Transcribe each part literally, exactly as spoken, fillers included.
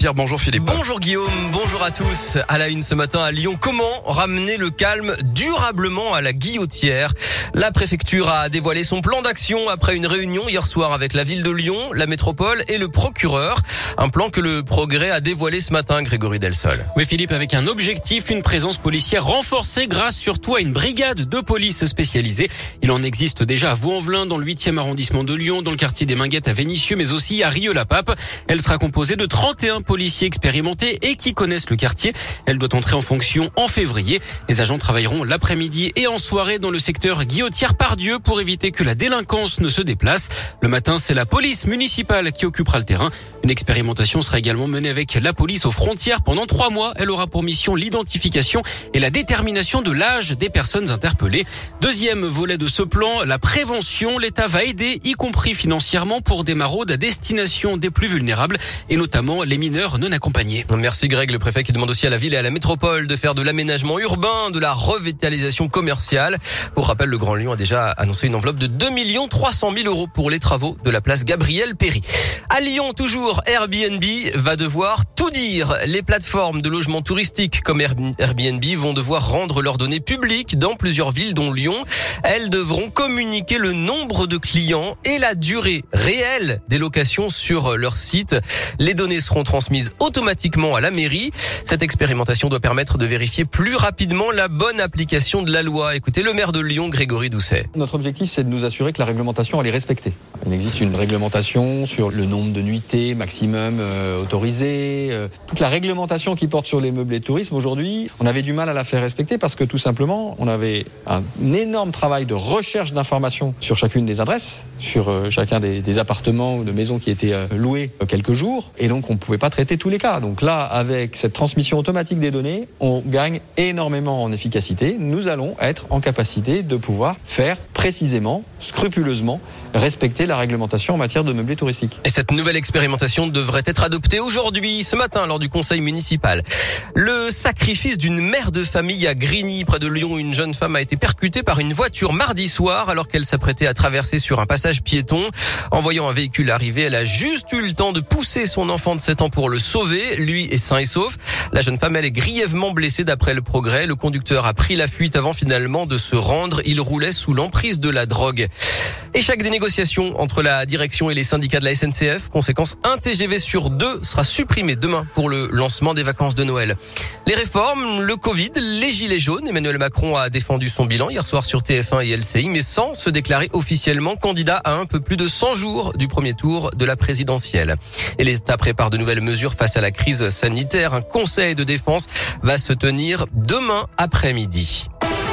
Pierre, bonjour Philippe. Bonjour Guillaume, bonjour à tous. À la une ce matin à Lyon, comment ramener le calme durablement à la Guillotière? La préfecture a dévoilé son plan d'action après une réunion hier soir avec la ville de Lyon, la métropole et le procureur. Un plan que le Progrès a dévoilé ce matin, Grégory Delsol. Oui Philippe, avec un objectif, une présence policière renforcée grâce surtout à une brigade de police spécialisée. Il en existe déjà à Vaux-en-Velin dans le huitième arrondissement de Lyon, dans le quartier des Minguettes à Vénissieux, mais aussi à Rieux-la-Pape. Elle sera composée de trente et un policiers expérimentés et qui connaissent le quartier. Elle doit entrer en fonction en février. Les agents travailleront l'après-midi et en soirée dans le secteur Guillotière-Pardieu pour éviter que la délinquance ne se déplace. Le matin, c'est la police municipale qui occupera le terrain. Une expérimentation sera également menée avec la police aux frontières pendant trois mois. Elle aura pour mission l'identification et la détermination de l'âge des personnes interpellées. Deuxième volet de ce plan, la prévention. L'État va aider, y compris financièrement, pour des maraudes à destination des plus vulnérables et notamment les mineurs non accompagnés. Merci Greg, le préfet qui demande aussi à la ville et à la métropole de faire de l'aménagement urbain, de la revitalisation commerciale. Pour rappel, le Grand Lyon a déjà annoncé une enveloppe de deux millions trois cent mille euros pour les travaux de la place Gabriel Péry. À Lyon, toujours, Airbnb va devoir tout dire. Les plateformes de logement touristique comme Airbnb vont devoir rendre leurs données publiques dans plusieurs villes dont Lyon. Elles devront communiquer le nombre de clients et la durée réelle des locations sur leur site. Les données seront transmises automatiquement à la mairie. Cette expérimentation doit permettre de vérifier plus rapidement la bonne application de la loi. Écoutez le maire de Lyon, Grégory Doucet. Notre objectif, c'est de nous assurer que la réglementation elle est respectée. Il existe une réglementation sur le nombre de nuitées maximum euh, autorisées. Euh, toute la réglementation qui porte sur les meublés de tourisme, aujourd'hui, on avait du mal à la faire respecter parce que tout simplement, on avait un énorme travail de recherche d'informations sur chacune des adresses, sur euh, chacun des, des appartements ou de maisons qui étaient euh, loués euh, quelques jours. Et donc, on ne pouvait pas traiter tous les cas. Donc là, avec cette transmission automatique des données, on gagne énormément en efficacité. Nous allons être en capacité de pouvoir faire précisément, scrupuleusement, respecter la réglementation en matière de meublés touristiques. Et cette nouvelle expérimentation devrait être adoptée aujourd'hui, ce matin, lors du conseil municipal. Le sacrifice d'une mère de famille à Grigny, près de Lyon. Une jeune femme a été percutée par une voiture mardi soir alors qu'elle s'apprêtait à traverser sur un passage piéton. En voyant un véhicule arriver, elle a juste eu le temps de pousser son enfant de sept ans pour le sauver. Lui est sain et sauf. La jeune femme, elle est grièvement blessée d'après le Progrès. Le conducteur a pris la fuite avant finalement de se rendre. Il roulait sous l'emprise de la drogue. Échec des négociations entre la direction et les syndicats de la S N C F. Conséquence, un T G V sur deux sera supprimé demain pour le lancement des vacances de Noël. Les réformes, le Covid, les gilets jaunes. Emmanuel Macron a défendu son bilan hier soir sur T F un et L C I, mais sans se déclarer officiellement candidat à un peu plus de cent jours du premier tour de la présidentielle. Et l'État prépare de nouvelles mesures face à la crise sanitaire. Un conseil de défense va se tenir demain après-midi.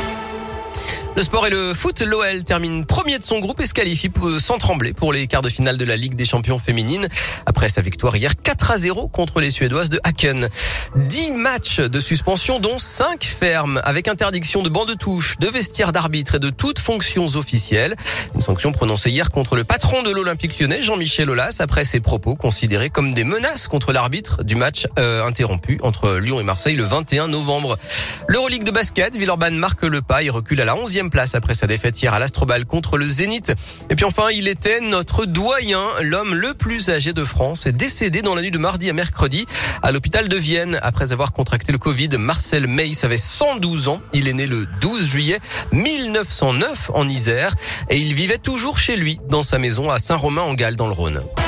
Le sport et le foot, l'O L termine premier de son groupe et se qualifie sans trembler pour les quarts de finale de la Ligue des champions féminines. Après sa victoire hier quatre à zéro contre les Suédoises de Haken. dix matchs de suspension dont cinq fermes avec interdiction de banc de touche, de vestiaire d'arbitre et de toutes fonctions officielles. Une sanction prononcée hier contre le patron de l'Olympique lyonnais, Jean-Michel Aulas, après ses propos considérés comme des menaces contre l'arbitre du match euh, interrompu entre Lyon et Marseille le vingt et un novembre. L'Euroleague de basket, Villeurbanne marque le pas et recule à la onzième place après sa défaite hier à l'Astrobal contre le Zénith. Et puis enfin, il était notre doyen, l'homme le plus âgé de France, est décédé dans la nuit de mardi à mercredi à l'hôpital de Vienne après avoir contracté le Covid. Marcel Meiss avait cent douze ans. Il est né le douze juillet mille neuf cent neuf en Isère et il vivait toujours chez lui dans sa maison à Saint-Romain-en-Galles dans le Rhône.